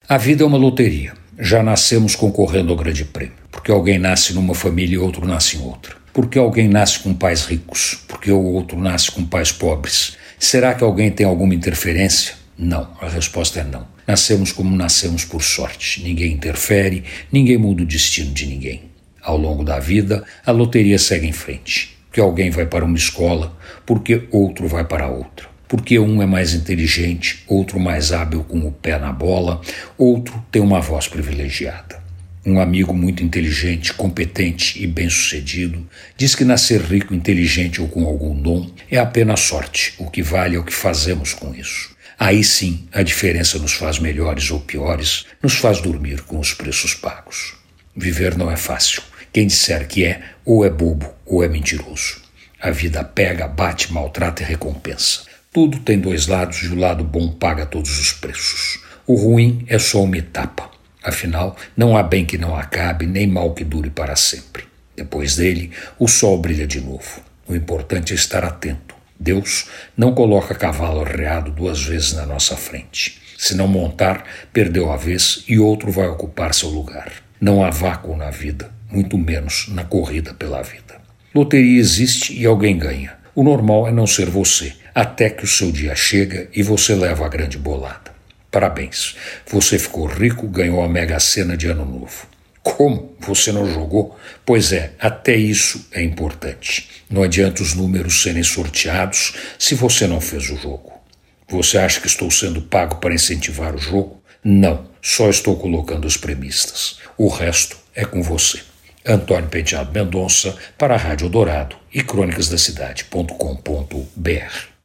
A vida é uma loteria. Já nascemos concorrendo ao grande prêmio. Porque alguém nasce numa família e outro nasce em outra. Porque alguém nasce com pais ricos. Porque o outro nasce com pais pobres. Será que alguém tem alguma interferência? Não, a resposta é não. Nascemos como nascemos por sorte. Ninguém interfere, ninguém muda o destino de ninguém. Ao longo da vida, a loteria segue em frente. Porque alguém vai para uma escola, porque outro vai para outra. Porque um é mais inteligente, outro mais hábil com o pé na bola, outro tem uma voz privilegiada. Um amigo muito inteligente, competente e bem-sucedido diz que nascer rico, inteligente ou com algum dom é apenas sorte. O que vale é o que fazemos com isso. Aí sim, a diferença nos faz melhores ou piores, nos faz dormir com os preços pagos. Viver não é fácil. Quem disser que é, ou é bobo ou é mentiroso. A vida pega, bate, maltrata e recompensa. Tudo tem dois lados e o lado bom paga todos os preços. O ruim é só uma etapa. Afinal, não há bem que não acabe, nem mal que dure para sempre. Depois dele, o sol brilha de novo. O importante é estar atento. Deus não coloca cavalo arreado 2 vezes na nossa frente. Se não montar, perdeu a vez e outro vai ocupar seu lugar. Não há vácuo na vida, muito menos na corrida pela vida. Loteria existe e alguém ganha. O normal é não ser você, até que o seu dia chega e você leva a grande bolada. Parabéns, você ficou rico, ganhou a Mega Sena de Ano Novo. Como? Você não jogou? Pois é, até isso é importante. Não adianta os números serem sorteados se você não fez o jogo. Você acha que estou sendo pago para incentivar o jogo? Não, só estou colocando os premistas. O resto é com você. Antônio Penteado Mendonça para a Rádio Dourado e crônicasdacidade.com.br.